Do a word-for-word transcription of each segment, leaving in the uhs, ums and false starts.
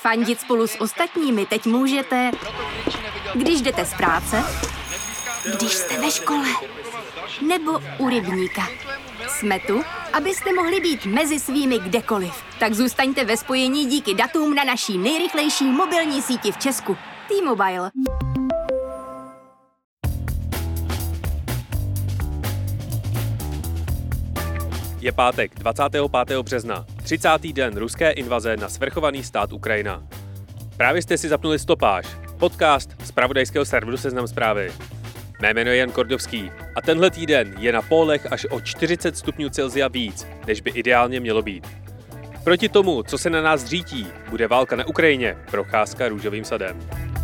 Fandit spolu s ostatními teď můžete, když jdete z práce, když jste ve škole, nebo u rybníka. Jsme tu, abyste mohli být mezi svými kdekoliv. Tak zůstaňte ve spojení díky datům na naší nejrychlejší mobilní síti v Česku. T-Mobile. Je pátek, dvacátého pátého března, třicátý den ruské invaze na svrchovaný stát Ukrajina. Právě jste si zapnuli Stopáž, podcast z zpravodajského serveru Seznam Zprávy. Mé jméno je Jan Kordovský a tenhle týden je na pólech až o čtyřicet stupňů Celsia víc, než by ideálně mělo být. Proti tomu, co se na nás řítí, bude válka na Ukrajině, procházka růžovým sadem.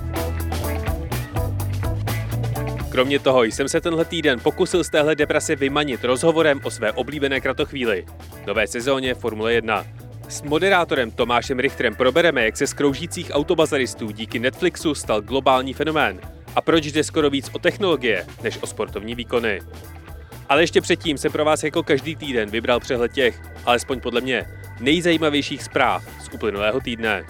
Kromě toho jsem se tenhle týden pokusil z téhle deprese vymanit rozhovorem o své oblíbené kratochvíli, nové sezóně Formule jedna. S moderátorem Tomášem Richterem probereme, jak se z kroužících autobazaristů díky Netflixu stal globální fenomén a proč jde skoro víc o technologie, než o sportovní výkony. Ale ještě předtím jsem pro vás jako každý týden vybral přehled těch, alespoň podle mě, nejzajímavějších zpráv z uplynulého týdne.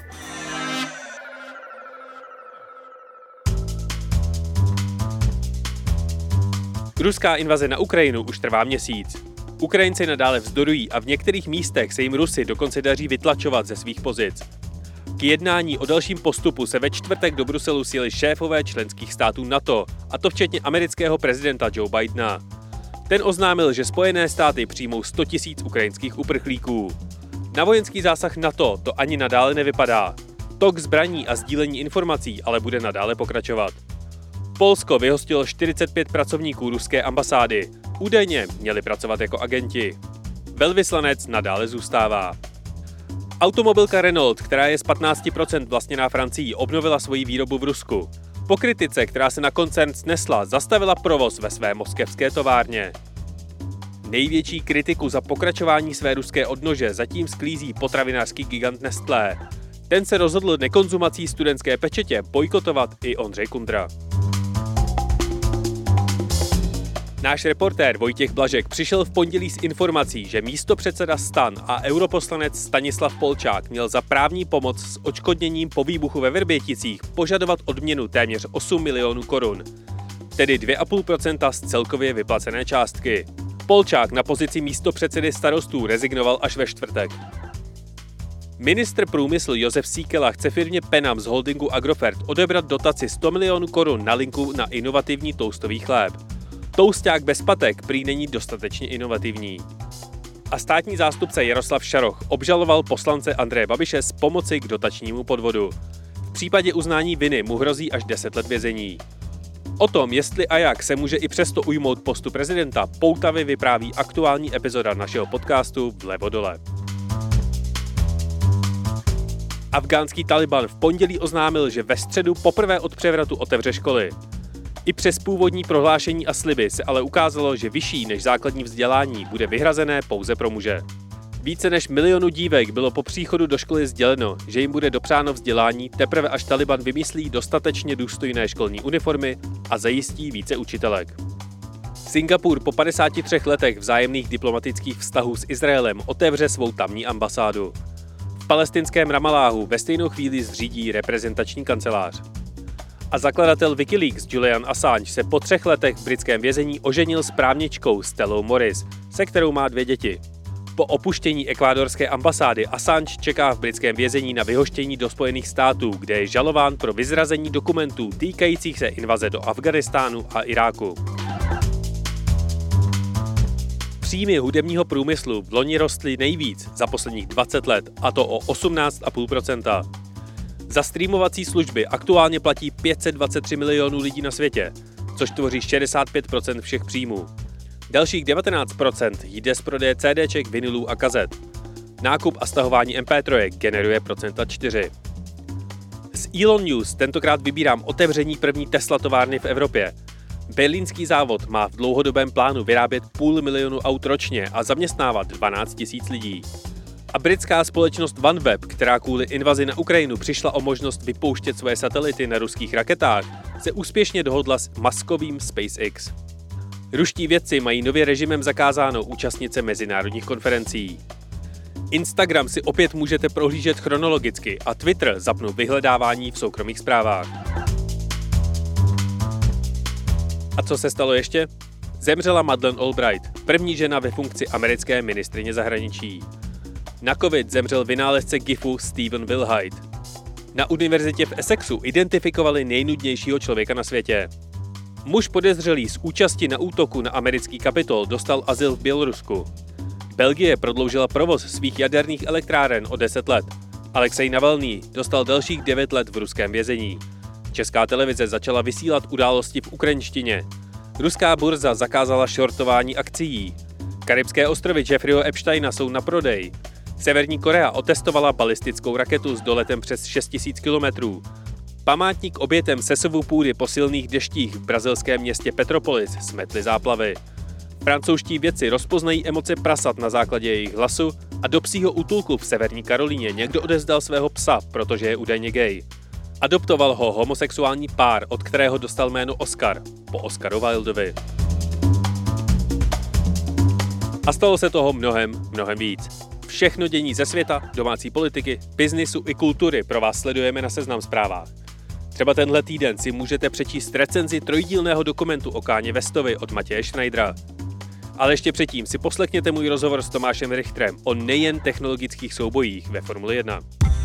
Ruská invaze na Ukrajinu už trvá měsíc. Ukrajinci nadále vzdorují a v některých místech se jim Rusy dokonce daří vytlačovat ze svých pozic. K jednání o dalším postupu se ve čtvrtek do Bruselu sjeli šéfové členských států NATO, a to včetně amerického prezidenta Joe Bidena. Ten oznámil, že Spojené státy přijmou sto tisíc ukrajinských uprchlíků. Na vojenský zásah NATO to ani nadále nevypadá. Tok zbraní a sdílení informací ale bude nadále pokračovat. Polsko vyhostilo čtyřicet pět pracovníků ruské ambasády. Údajně měli pracovat jako agenti. Velvyslanec nadále zůstává. Automobilka Renault, která je z patnáct procent vlastněná Francií, obnovila svoji výrobu v Rusku. Po kritice, která se na koncern snesla, zastavila provoz ve své moskevské továrně. Největší kritiku za pokračování své ruské odnože zatím sklízí potravinářský gigant Nestlé. Ten se rozhodl nekonzumací studentské pečetě bojkotovat i Ondřej Kundra. Náš reportér Vojtěch Blažek přišel v pondělí s informací, že místopředseda STAN a europoslanec Stanislav Polčák měl za právní pomoc s odškodněním po výbuchu ve Vrběticích požadovat odměnu téměř osm milionů korun, tedy dvě a půl procenta z celkově vyplacené částky. Polčák na pozici místopředsedy Starostů rezignoval až ve čtvrtek. Ministr průmyslu Josef Síkela chce firmě Penam z holdingu Agrofert odebrat dotaci sto milionů korun na linku na inovativní toustový chléb. Tousták bez patek prý není dostatečně inovativní. A státní zástupce Jaroslav Šaroch obžaloval poslance Andreje Babiše z pomoci k dotačnímu podvodu. V případě uznání viny mu hrozí až deset let vězení. O tom, jestli a jak se může i přesto ujmout postu prezidenta, poutavě vypráví aktuální epizoda našeho podcastu Vlevo dole. Afghánský Taliban v pondělí oznámil, že ve středu poprvé od převratu otevře školy. I přes původní prohlášení a sliby se ale ukázalo, že vyšší než základní vzdělání bude vyhrazené pouze pro muže. Více než milionu dívek bylo po příchodu do školy sděleno, že jim bude dopřáno vzdělání teprve až Taliban vymyslí dostatečně důstojné školní uniformy a zajistí více učitelek. Singapur po padesáti třech letech vzájemných diplomatických vztahů s Izraelem otevře svou tamní ambasádu. V palestinském Ramalláhu ve stejnou chvíli zřídí reprezentační kancelář. A zakladatel Wikileaks Julian Assange se po třech letech v britském vězení oženil s právničkou Stellou Morris, se kterou má dvě děti. Po opuštění ekvádorské ambasády Assange čeká v britském vězení na vyhoštění do Spojených států, kde je žalován pro vyzrazení dokumentů týkajících se invaze do Afghánistánu a Iráku. Příjmy hudebního průmyslu v loni rostly nejvíc za posledních dvacet let, a to o osmnáct a půl procenta. Za streamovací služby aktuálně platí pět set dvacet tři milionů lidí na světě, což tvoří šedesát pět procent všech příjmů. Dalších devatenáct procent jde z prodeje CDček, vinylů a kazet. Nákup a stahování em pé tři generuje procenta čtyři. Z Elon News tentokrát vybírám otevření první Tesla továrny v Evropě. Berlínský závod má v dlouhodobém plánu vyrábět půl milionu aut ročně a zaměstnávat dvanáct tisíc lidí. A britská společnost OneWeb, která kvůli invazi na Ukrajinu přišla o možnost vypouštět své satelity na ruských raketách, se úspěšně dohodla s maskovým SpaceX. Ruští vědci mají nově režimem zakázáno účastnit se mezinárodních konferencí. Instagram si opět můžete prohlížet chronologicky a Twitter zapnu vyhledávání v soukromých zprávách. A co se stalo ještě? Zemřela Madeleine Albright, první žena ve funkci americké ministryně zahraničí. Na covid zemřel vynálezce GIFu Stephen Wilhite. Na univerzitě v Essexu identifikovali nejnudnějšího člověka na světě. Muž podezřelý z účasti na útoku na americký Kapitol dostal azyl v Bělorusku. Belgie prodloužila provoz svých jaderných elektráren o deset let. Alexej Navalný dostal dalších devět let v ruském vězení. Česká televize začala vysílat události v ukrajinštině. Ruská burza zakázala shortování akcií. Karibské ostrovy Jeffreyho Epsteina jsou na prodej. Severní Korea otestovala balistickou raketu s doletem přes šest tisíc kilometrů. Památník obětem sesuvu půdy po silných deštích v brazilském městě Petropolis smetly záplavy. Francouzští vědci rozpoznají emoce prasat na základě jejich hlasu a do psího útulku v Severní Karolíně někdo odezdal svého psa, protože je údajně gay. Adoptoval ho homosexuální pár, od kterého dostal jméno Oscar, po Oscaru Wildovi. A stalo se toho mnohem, mnohem víc. Všechno dění ze světa, domácí politiky, biznisu i kultury pro vás sledujeme na Seznam Zprávách. Třeba tenhle týden si můžete přečíst recenzi trojdílného dokumentu o Kanye Westovi od Matěje Schneidera. Ale ještě předtím si poslechněte můj rozhovor s Tomášem Richterem o nejen technologických soubojích ve Formuli jedna.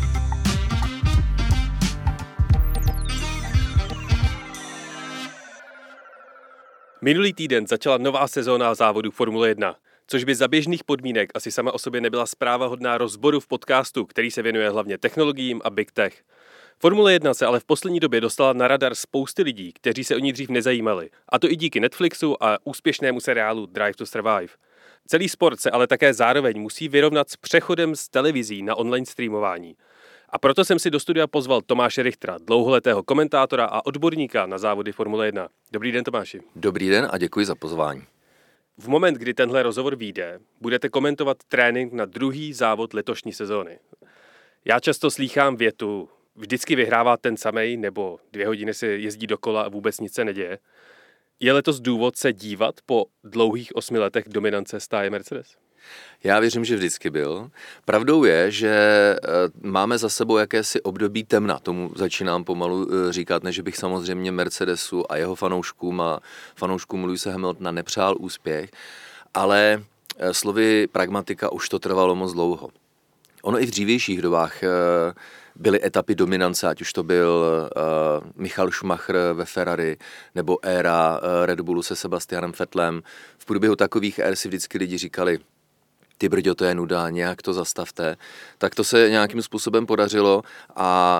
Minulý týden začala nová sezóna závodu Formule jedna, což by za běžných podmínek asi sama o sobě nebyla zpráva hodná rozboru v podcastu, který se věnuje hlavně technologiím a big tech. Formule jedna se ale v poslední době dostala na radar spousty lidí, kteří se o ní dřív nezajímali, a to i díky Netflixu a úspěšnému seriálu Drive to Survive. Celý sport se ale také zároveň musí vyrovnat s přechodem z televizí na online streamování. A proto jsem si do studia pozval Tomáše Richtera, dlouholetého komentátora a odborníka na závody Formule jedna. Dobrý den, Tomáši. Dobrý den a děkuji za pozvání. V moment, kdy tenhle rozhovor vyjde, budete komentovat trénink na druhý závod letošní sezóny. Já často slýchám větu, vždycky vyhrává ten samej, nebo dvě hodiny se jezdí dokola a vůbec nic se neděje. Je letos důvod se dívat po dlouhých osmi letech dominance stáje Mercedes? Já věřím, že vždycky byl. Pravdou je, že máme za sebou jakési období temna. Tomu začínám pomalu říkat, než bych samozřejmě Mercedesu a jeho fanouškům a fanouškům Lewise Hamiltona nepřál úspěch, ale slovy pragmatika už to trvalo moc dlouho. Ono i v dřívějších dobách byly etapy dominance, ať už to byl uh, Michael Schumacher ve Ferrari, nebo éra uh, Red Bullu se Sebastianem Vettelem. V průběhu takových ér si vždycky lidi říkali, ty brďo, to je nuda, nějak to zastavte. Tak to se nějakým způsobem podařilo a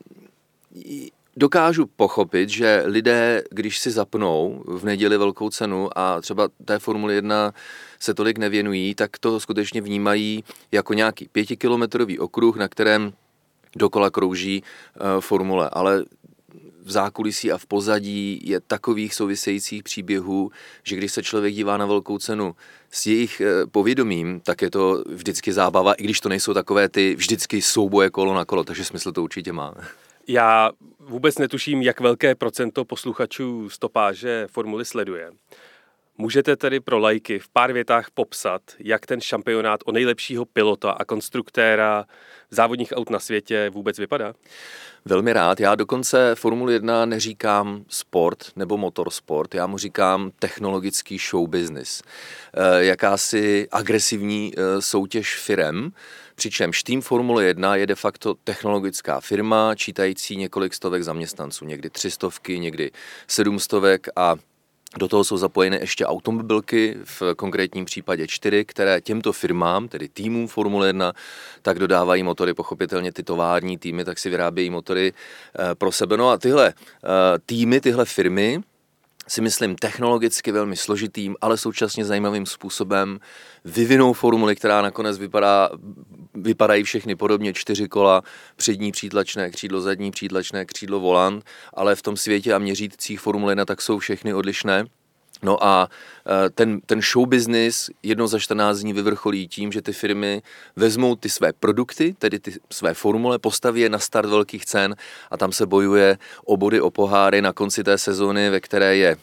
dokážu pochopit, že lidé, když si zapnou v neděli velkou cenu a třeba té Formule jedna se tolik nevěnují, tak to skutečně vnímají jako nějaký pětikilometrový okruh, na kterém dokola krouží uh, formule, ale v zákulisí a v pozadí je takových souvisejících příběhů, že když se člověk dívá na velkou cenu s jejich uh, povědomím, tak je to vždycky zábava, i když to nejsou takové ty vždycky souboje kolo na kolo, takže smysl to určitě má. Já vůbec netuším, jak velké procento posluchačů stopáže formuly sleduje. Můžete tedy pro laiky v pár větách popsat, jak ten šampionát o nejlepšího pilota a konstruktéra závodních aut na světě vůbec vypadá? Velmi rád. Já dokonce Formule jedna neříkám sport nebo motorsport, já mu říkám technologický show business. E, jakási agresivní e, soutěž firem, přičemž tým Formule jedna je de facto technologická firma, čítající několik stovek zaměstnanců, někdy tři stovky, někdy sedm stovek a do toho jsou zapojeny ještě automobilky, v konkrétním případě čtyři, které těmto firmám, tedy týmům Formule jedna, tak dodávají motory, pochopitelně ty tovární týmy, tak si vyrábějí motory pro sebe. No a tyhle týmy, tyhle firmy, si myslím technologicky velmi složitým, ale současně zajímavým způsobem vyvinou formuli, která nakonec vypadá, vypadají všechny podobně, čtyři kola, přední přítlačné křídlo, zadní přítlačné křídlo, volant, ale v tom světě a měřítcích Formule jedna tak jsou všechny odlišné. No a ten, ten show business jednou za čtrnáct dní vyvrcholí tím, že ty firmy vezmou ty své produkty, tedy ty své formule, postaví je na start velkých cen a tam se bojuje o body, o poháry na konci té sezóny, ve které je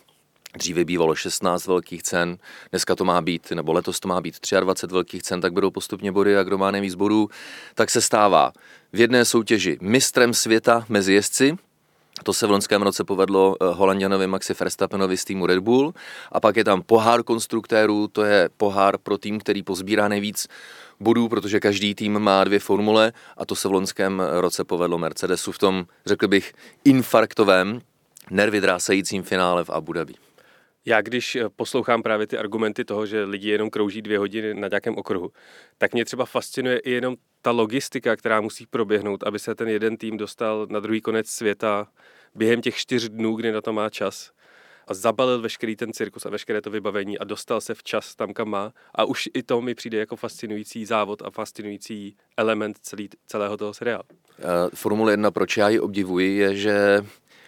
Dříve bývalo šestnáct velkých cen, dneska to má být, nebo letos to má být dvacet tři velkých cen, tak budou postupně body a kdo má nejvíc bodů, tak se stává v jedné soutěži mistrem světa mezi jezdci. To se v loňském roce povedlo Holanďanovi Maxi Verstappenovi z týmu Red Bull. A pak je tam pohár konstruktérů, to je pohár pro tým, který pozbírá nejvíc bodů, protože každý tým má dvě formule a to se v loňském roce povedlo Mercedesu v tom, řekl bych, infarktovém, nervy drásajícím finále v Abu Dhabi. Já když poslouchám právě ty argumenty toho, že lidi jenom krouží dvě hodiny na nějakém okruhu, tak mě třeba fascinuje i jenom ta logistika, která musí proběhnout, aby se ten jeden tým dostal na druhý konec světa během těch čtyř dnů, kdy na to má čas a zabalil veškerý ten cirkus a veškeré to vybavení a dostal se včas tam, kam má. A už i to mi přijde jako fascinující závod a fascinující element celý, celého toho seriálu. Formule jedna, proč já ji obdivuji, je, že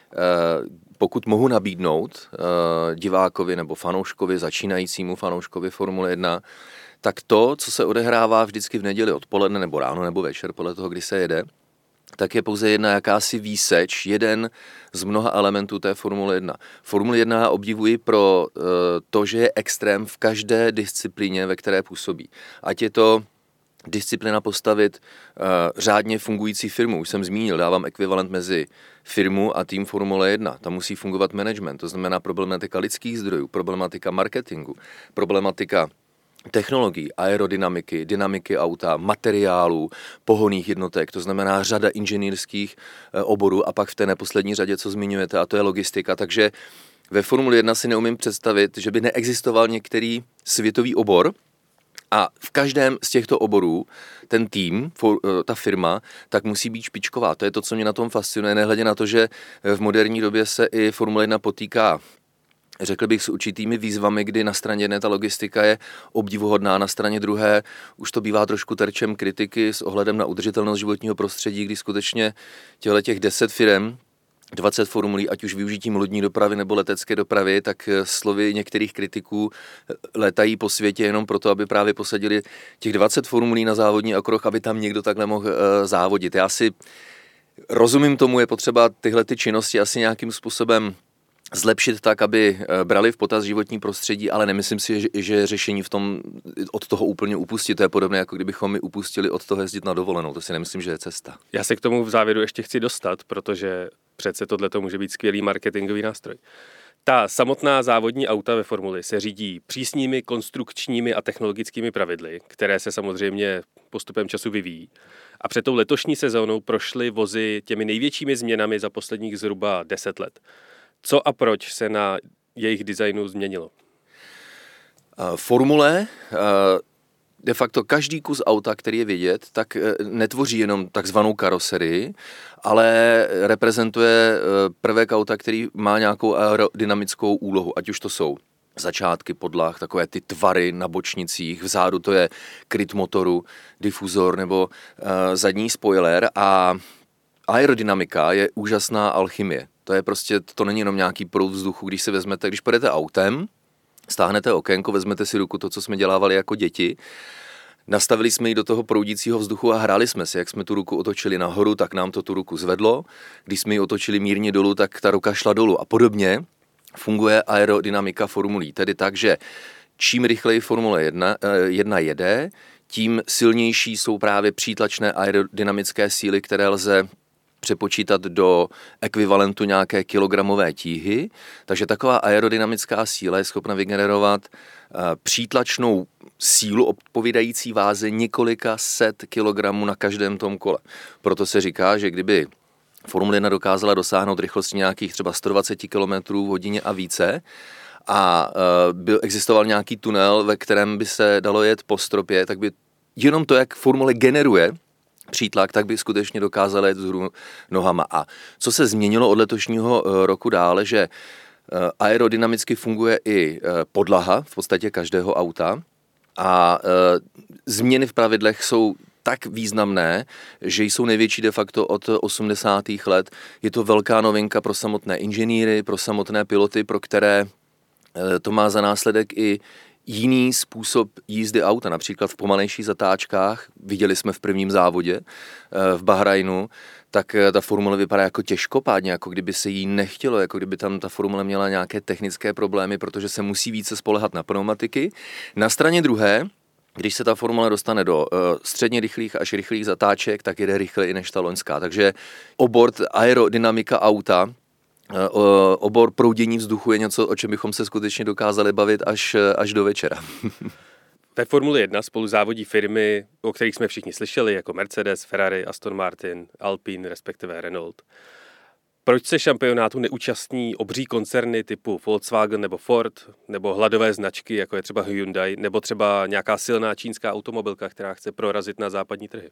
pokud mohu nabídnout divákovi nebo fanouškovi, začínajícímu fanouškovi Formule jedna, tak to, co se odehrává vždycky v neděli odpoledne nebo ráno nebo večer, podle toho, kdy se jede, tak je pouze jedna jakási výseč, jeden z mnoha elementů té Formule jedna. Formule jedna já obdivuji pro uh, to, že je extrém v každé disciplíně, ve které působí. Ať je to disciplína postavit uh, řádně fungující firmu. Už jsem zmínil, dávám ekvivalent mezi firmu a tým Formule jedna. Tam musí fungovat management, to znamená problematika lidských zdrojů, problematika marketingu, problematika technologií, aerodynamiky, dynamiky auta, materiálů, pohonných jednotek, to znamená řada inženýrských oborů a pak v té neposlední řadě, co zmiňujete, a to je logistika. Takže ve Formule jedna si neumím představit, že by neexistoval některý světový obor a v každém z těchto oborů ten tým, ta firma, tak musí být špičková. To je to, co mě na tom fascinuje, nehledě na to, že v moderní době se i Formule jedna potýká, řekl bych, s určitými výzvami, kdy na straně jedné ta logistika je obdivuhodná, na straně druhé už to bývá trošku terčem kritiky s ohledem na udržitelnost životního prostředí, kdy skutečně těchto těch deset firem, dvacet formulí, ať už využitím lodní dopravy nebo letecké dopravy, tak slovy některých kritiků letají po světě jenom proto, aby právě posadili těch dvacet formulí na závodní okruh, aby tam někdo takhle mohl závodit. Já si rozumím tomu, je potřeba tyhle ty činnosti asi nějakým způsobem zlepšit tak, aby brali v potaz životní prostředí, ale nemyslím si, že je řešení v tom od toho úplně upustit. To je podobné, jako kdybychom mi upustili od toho jezdit na dovolenou. To si nemyslím, že je cesta. Já se k tomu v závěru ještě chci dostat, protože přece tohleto může být skvělý marketingový nástroj. Ta samotná závodní auta ve formuli se řídí přísnými konstrukčními a technologickými pravidly, které se samozřejmě postupem času vyvíjí. A před tou letošní sezónou prošly vozy těmi největšími změnami za posledních zhruba deset let. Co a proč se na jejich designu změnilo? Formule, de facto každý kus auta, který je vidět, tak netvoří jenom takzvanou karoserii, ale reprezentuje prvek auta, který má nějakou aerodynamickou úlohu, ať už to jsou začátky podlah, takové ty tvary na bočnicích, vzadu to je kryt motoru, difuzor nebo zadní spoiler a aerodynamika je úžasná alchymie. To je prostě, to není jenom nějaký proud vzduchu, když si vezmete, když pojedete autem, stáhnete okénko, vezmete si ruku, to, co jsme dělávali jako děti, nastavili jsme ji do toho proudícího vzduchu a hráli jsme si, jak jsme tu ruku otočili nahoru, tak nám to tu ruku zvedlo, když jsme ji otočili mírně dolů, tak ta ruka šla dolů a podobně funguje aerodynamika formulí, tedy tak, že čím rychleji Formule jedna jede, tím silnější jsou právě přítlačné aerodynamické síly, které lze přepočítat do ekvivalentu nějaké kilogramové tíhy, takže taková aerodynamická síla je schopna vygenerovat přítlačnou sílu odpovídající váze několika set kilogramů na každém tom kole. Proto se říká, že kdyby Formule jedna dokázala dosáhnout rychlosti nějakých třeba sto dvacet kilometrů v hodině a více a byl, existoval nějaký tunel, ve kterém by se dalo jet po stropě, tak by jenom to, jak Formule generuje přítlak, tak by skutečně dokázala jet vzhůru nohama. A co se změnilo od letošního roku dále, že aerodynamicky funguje i podlaha v podstatě každého auta a změny v pravidlech jsou tak významné, že jsou největší de facto od osmdesátých let. Je to velká novinka pro samotné inženýry, pro samotné piloty, pro které to má za následek i jiný způsob jízdy auta, například v pomalejších zatáčkách, viděli jsme v prvním závodě v Bahrajnu, tak ta formule vypadá jako těžkopádně, jako kdyby se jí nechtělo, jako kdyby tam ta formule měla nějaké technické problémy, protože se musí více spoléhat na pneumatiky. Na straně druhé, když se ta formule dostane do uh, středně rychlých až rychlých zatáček, tak jede rychleji než ta loňská. Takže obor aerodynamika auta, uh, obor proudění vzduchu je něco, o čem bychom se skutečně dokázali bavit až, až do večera. Ve Formuli jedna spolu závodí firmy, o kterých jsme všichni slyšeli, jako Mercedes, Ferrari, Aston Martin, Alpine, respektive Renault. Proč se šampionátu neúčastní obří koncerny typu Volkswagen nebo Ford, nebo hladové značky, jako je třeba Hyundai, nebo třeba nějaká silná čínská automobilka, která chce prorazit na západní trhy?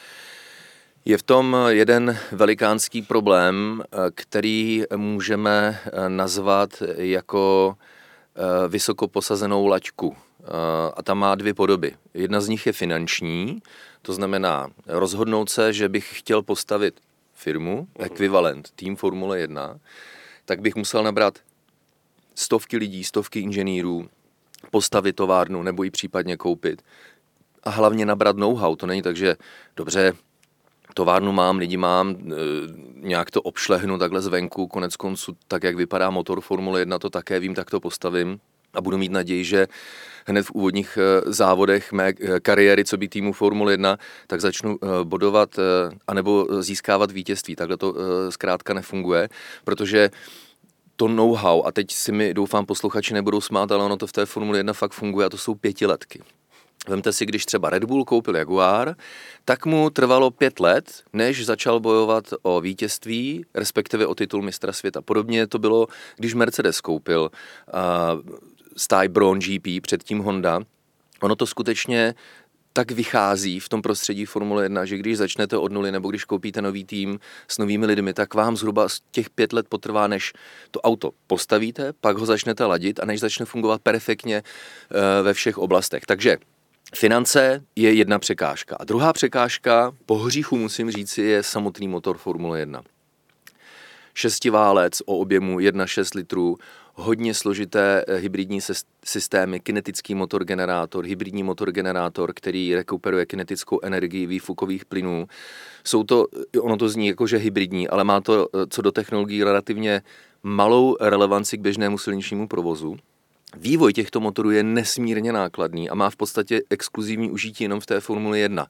Je v tom jeden velikánský problém, který můžeme nazvat jako vysoko posazenou laťku. A tam má dvě podoby. Jedna z nich je finanční, to znamená rozhodnout se, že bych chtěl postavit firmu, ekvivalent tým Formule jedna, tak bych musel nabrat stovky lidí, stovky inženýrů, postavit továrnu nebo ji případně koupit a hlavně nabrat know-how. To není tak, že dobře, továrnu mám, lidi mám, nějak to obšlehnu takhle zvenku, konec konců tak, jak vypadá motor Formule jedna, to také vím, tak to postavím a budu mít naději, že hned v úvodních závodech mé kariéry, co by týmu Formule jedna, tak začnu bodovat anebo získávat vítězství. Takhle to zkrátka nefunguje, protože to know-how, a teď si mi doufám posluchači nebudou smát, ale ono to v té Formule jedna fakt funguje a to jsou pětiletky. Vemte si, když třeba Red Bull koupil Jaguar, tak mu trvalo pět let, než začal bojovat o vítězství, respektive o titul mistra světa. Podobně to bylo, když Mercedes koupil uh, stáj Braun G P, předtím Honda. Ono to skutečně tak vychází v tom prostředí Formule jedna, že když začnete od nuly nebo když koupíte nový tým s novými lidmi, tak vám zhruba těch pět let potrvá, než to auto postavíte, pak ho začnete ladit a než začne fungovat perfektně uh, ve všech oblastech. Takže finance je jedna překážka. A druhá překážka, po hříchu musím říci, je samotný motor Formule jedna. Šestiválec o objemu jedna celá šest litrů, hodně složité hybridní systémy, kinetický motor generátor, hybridní motor generátor, který rekuperuje kinetickou energii výfukových plynů. Jsou to, ono to zní jako, že hybridní, ale má to co do technologií relativně malou relevanci k běžnému silničnímu provozu. Vývoj těchto motorů je nesmírně nákladný a má v podstatě exkluzivní užití jenom v té Formuli jedna.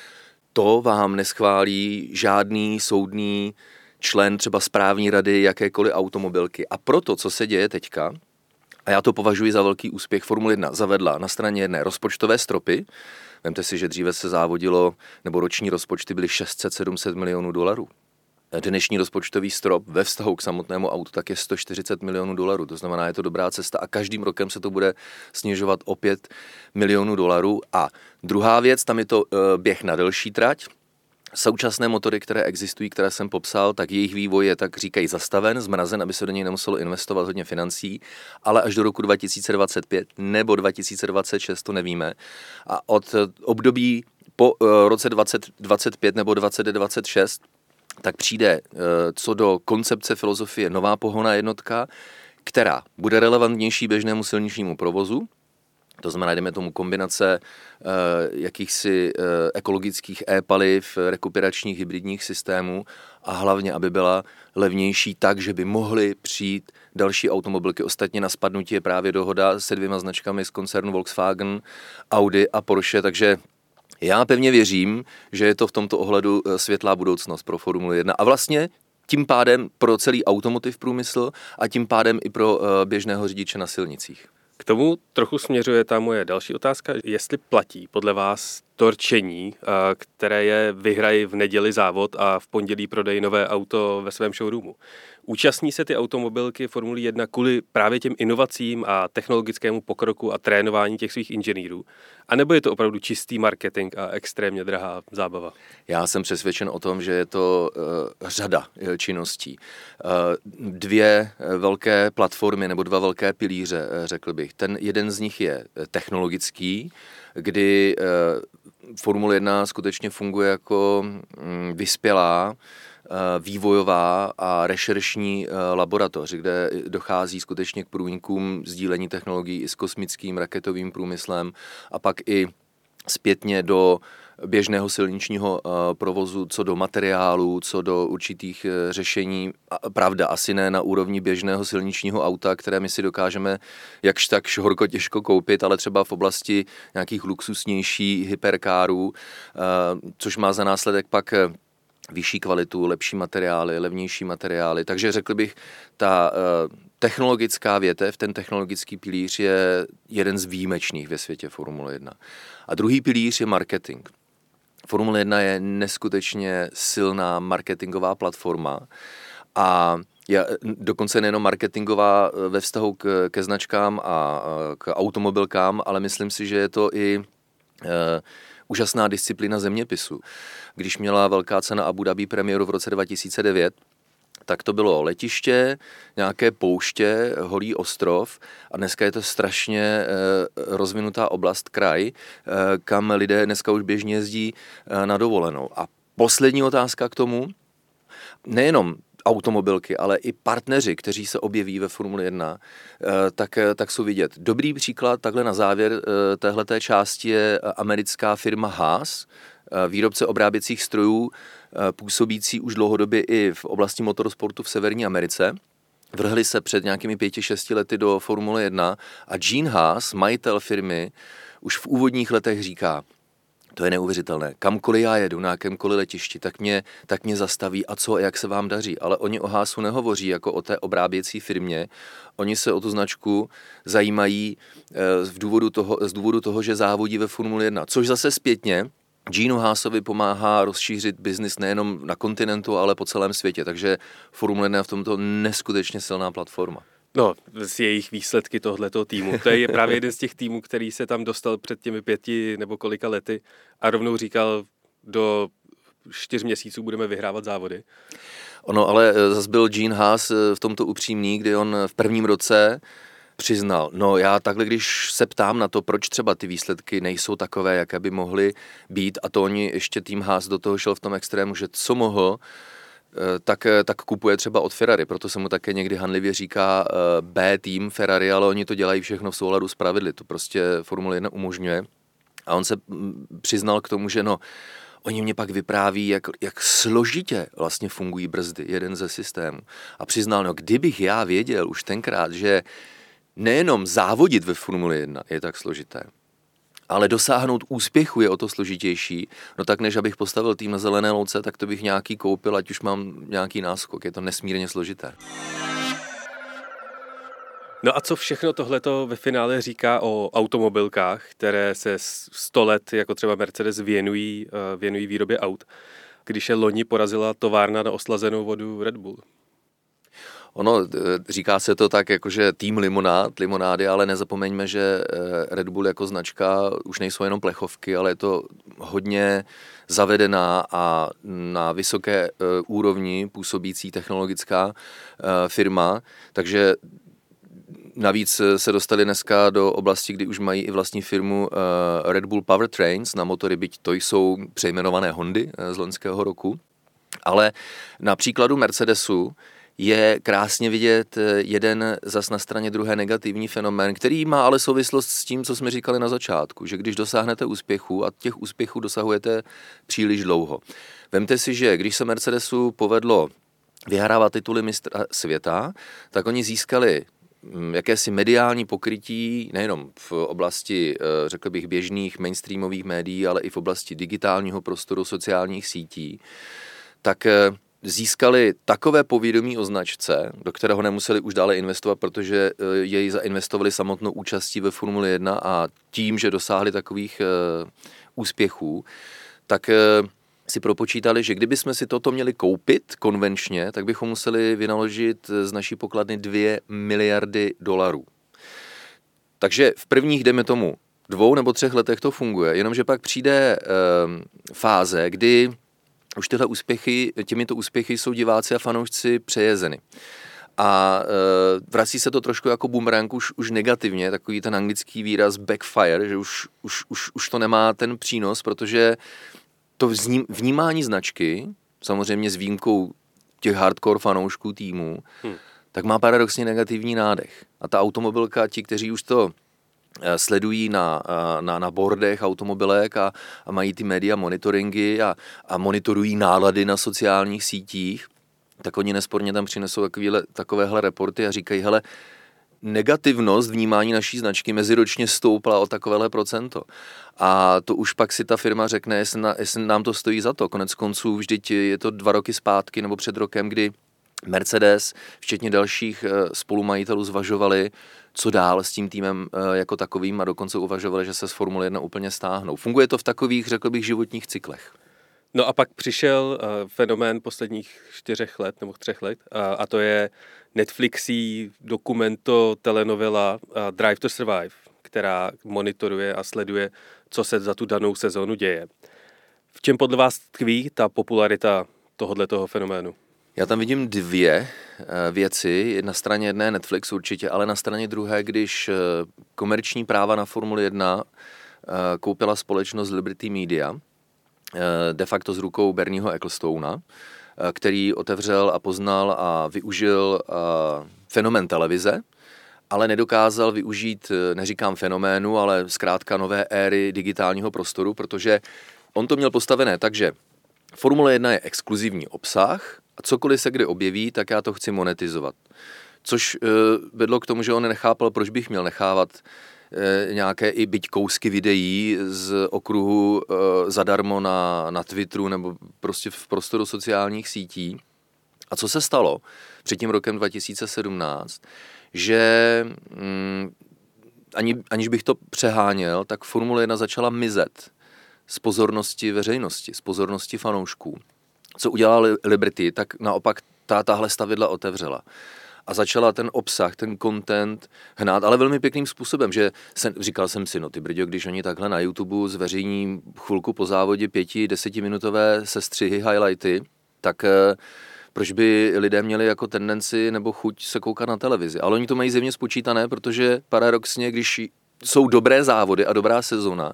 To vám neschválí žádný soudný člen třeba správní rady jakékoliv automobilky. A proto, co se děje teďka, a já to považuji za velký úspěch, Formule jedna zavedla na straně jedné rozpočtové stropy. Vemte si, že dříve se závodilo, nebo roční rozpočty byly šest set sedm set milionů dolarů. Dnešní rozpočtový strop ve vztahu k samotnému autu tak je sto čtyřicet milionů dolarů. To znamená, je to dobrá cesta a každým rokem se to bude snižovat o pět milionů dolarů. A druhá věc, tam je to uh, běh na delší trať. Současné motory, které existují, které jsem popsal, tak jejich vývoj je, tak říkají, zastaven, zmrazen, aby se do něj nemuselo investovat hodně financí, ale až do roku dva tisíce dvacet pět nebo dva tisíce dvacet šest, to nevíme. A od období po uh, roce dvacet dvacet pět nebo dvacet dvacet šest tak přijde co do koncepce filozofie nová pohonná jednotka, která bude relevantnější běžnému silničnímu provozu. To znamená, jdeme tomu kombinace jakýchsi ekologických e-paliv, rekuperačních hybridních systémů a hlavně, aby byla levnější tak, že by mohly přijít další automobilky. Ostatně na spadnutí je právě dohoda se dvěma značkami z koncernu Volkswagen, Audi a Porsche, takže já pevně věřím, že je to v tomto ohledu světlá budoucnost pro Formule jedna a vlastně tím pádem pro celý automotiv průmysl a tím pádem i pro běžného řidiče na silnicích. K tomu trochu směřuje ta moje další otázka, jestli platí podle vás to rčení, které je vyhrají v neděli závod a v pondělí prodej nové auto ve svém showroomu. Účastní se ty automobilky Formule jedna kvůli právě těm inovacím a technologickému pokroku a trénování těch svých inženýrů? A nebo je to opravdu čistý marketing a extrémně drahá zábava? Já jsem přesvědčen o tom, že je to uh, řada činností. Uh, dvě velké platformy nebo dva velké pilíře, řekl bych. Ten jeden z nich je technologický, kdy uh, Formule jedna skutečně funguje jako um, vyspělá vývojová a rešeršní laboratoř, kde dochází skutečně k průnikům sdílení technologií i s kosmickým raketovým průmyslem a pak i zpětně do běžného silničního provozu, co do materiálů, co do určitých řešení. Pravda, asi ne na úrovni běžného silničního auta, které my si dokážeme jakž takž horko těžko koupit, ale třeba v oblasti nějakých luxusnějších hyperkárů, což má za následek pak vyšší kvalitu, lepší materiály, levnější materiály. Takže řekl bych, ta technologická větev, ten technologický pilíř je jeden z výjimečných ve světě Formule jedna. A druhý pilíř je marketing. Formule jedna je neskutečně silná marketingová platforma a je dokonce nejenom marketingová ve vztahu k, ke značkám a k automobilkám, ale myslím si, že je to i e, úžasná disciplína zeměpisu. Když měla velká cena Abu Dhabi premiéru v roce dva tisíce devět, tak to bylo letiště, nějaké pouště, Holý ostrov a dneska je to strašně e, rozvinutá oblast, kraj, e, kam lidé dneska už běžně jezdí e, na dovolenou. A poslední otázka k tomu, nejenom automobilky, ale i partneři, kteří se objeví ve Formule jedna, e, tak, tak jsou vidět. Dobrý příklad takhle na závěr e, téhleté části je americká firma Haas, výrobce obráběcích strojů, působící už dlouhodobě i v oblasti motorsportu v Severní Americe. Vrhli se před nějakými pěti, šesti lety do Formule jedna a Gene Haas, majitel firmy, už v úvodních letech říká, to je neuvěřitelné, kamkoliv já jedu, na jakémkoliv letišti, tak mě, tak mě zastaví a co a jak se vám daří. Ale oni o Haasu nehovoří jako o té obráběcí firmě, oni se o tu značku zajímají z důvodu toho, z důvodu toho, že závodí ve Formule jedna, což zase zpětně Geneu Haasovi pomáhá rozšířit biznis nejenom na kontinentu, ale po celém světě, takže Formule jedna je v tomto neskutečně silná platforma. No, z jejich výsledky tohletoho týmu. To je právě jeden z těch týmů, který se tam dostal před těmi pěti nebo kolika lety a rovnou říkal, do čtyř měsíců budeme vyhrávat závody. Ono, ale zase byl Gene Haas v tomto upřímný, kdy on v prvním roce přiznal, no já takhle, když se ptám na to, proč třeba ty výsledky nejsou takové, jaké by mohly být, a to oni ještě tým Haas do toho šel v tom extrému, že co mohl, tak, tak kupuje třeba od Ferrari, proto se mu také někdy hanlivě říká B tým Ferrari, ale oni to dělají všechno v souladu s pravidly, to prostě Formule jedna umožňuje. A on se přiznal k tomu, že no, oni mě pak vypráví, jak, jak složitě vlastně fungují brzdy, jeden ze systémů. A přiznal, no kdybych já věděl už tenkrát, že nejenom závodit ve Formule jedna je tak složité, ale dosáhnout úspěchu je o to složitější, no tak než abych postavil tým na zelené louce, tak to bych nějaký koupil, ať už mám nějaký náskok, je to nesmírně složité. No a co všechno tohleto ve finále říká o automobilkách, které se sto let, jako třeba Mercedes, věnují, věnují výrobě aut, když je loni porazila továrna na oslazenou vodu Red Bull? Ono, říká se to tak, jakože tým limonád, limonády, ale nezapomeňme, že Red Bull jako značka už nejsou jenom plechovky, ale je to hodně zavedená a na vysoké úrovni působící technologická firma, takže navíc se dostali dneska do oblasti, kdy už mají i vlastní firmu Red Bull Powertrains na motory, byť to jsou přejmenované Hondy z loňského roku, ale na příkladu Mercedesu je krásně vidět jeden zas na straně druhé negativní fenomén, který má ale souvislost s tím, co jsme říkali na začátku, že když dosáhnete úspěchu a těch úspěchů dosahujete příliš dlouho. Vemte si, že když se Mercedesu povedlo vyhrávat tituly mistra světa, tak oni získali jakési mediální pokrytí nejenom v oblasti, řekl bych, běžných mainstreamových médií, ale i v oblasti digitálního prostoru, sociálních sítí, tak získali takové povědomí o značce, do kterého nemuseli už dále investovat, protože jej zainvestovali samotnou účastí ve Formule jedna a tím, že dosáhli takových úspěchů, tak si propočítali, že kdybychom si toto měli koupit konvenčně, tak bychom museli vynaložit z naší pokladny dvě miliardy dolarů. Takže v prvních, dejme tomu, dvou nebo třech letech to funguje, jenomže pak přijde fáze, kdy už tyhle úspěchy, těmito úspěchy jsou diváci a fanoušci přejezeny. A e, vrací se to trošku jako bumerang už, už negativně, takový ten anglický výraz backfire, že už, už, už, už to nemá ten přínos, protože to vzním, vnímání značky samozřejmě s výjimkou těch hardcore fanoušků týmu, hmm. tak má paradoxně negativní nádech. A ta automobilka, ti, kteří už to sledují na, na, na bordech automobilek a, a mají ty média monitoringy a, a monitorují nálady na sociálních sítích, tak oni nesporně tam přinesou takovéhle, takovéhle reporty a říkají, hele, negativnost vnímání naší značky meziročně stoupla o takovéhle procento. A to už pak si ta firma řekne, jestli, na, jestli nám to stojí za to. Konec konců vždyť je to dva roky zpátky nebo před rokem, kdy Mercedes, včetně dalších spolumajitelů, zvažovali, co dál s tím týmem jako takovým a dokonce uvažovali, že se z Formule jedna úplně stáhnou. Funguje to v takových, řekl bych, životních cyklech. No a pak přišel uh, fenomén posledních čtyřech let nebo třech let uh, a to je Netflixí dokumento telenovela uh, Drive to Survive, která monitoruje a sleduje, co se za tu danou sezónu děje. V čem podle vás tkví ta popularita tohoto fenoménu? Já tam vidím dvě věci. Na straně jedné Netflix určitě, ale na straně druhé, když komerční práva na Formuli jedna koupila společnost Liberty Media, de facto s rukou Bernieho Ecclestona, který otevřel a poznal a využil fenomén televize, ale nedokázal využít, neříkám fenoménu, ale zkrátka nové éry digitálního prostoru, protože on to měl postavené tak, že Formule jedna je exkluzivní obsah a cokoliv se kdy objeví, tak já to chci monetizovat. Což uh, vedlo k tomu, že on nechápal, proč bych měl nechávat uh, nějaké i byť kousky videí z okruhu uh, zadarmo na, na Twitteru nebo prostě v prostoru sociálních sítí. A co se stalo před tím rokem dva tisíce sedmnáct, že um, ani, aniž bych to přeháněl, tak Formule jedna začala mizet z pozornosti veřejnosti, z pozornosti fanoušků. Co udělala Liberty, tak naopak ta, tahle stavidla otevřela. A začala ten obsah, ten content hnát, ale velmi pěkným způsobem, že jsem, říkal jsem si, no ty brďo, když oni takhle na YouTube zveřejní chvilku po závodě pěti, desetiminutové sestřihy, highlighty, tak eh, proč by lidé měli jako tendenci nebo chuť se koukat na televizi. Ale oni to mají zjevně spočítané, protože paradoxně, když jsou dobré závody a dobrá sezona,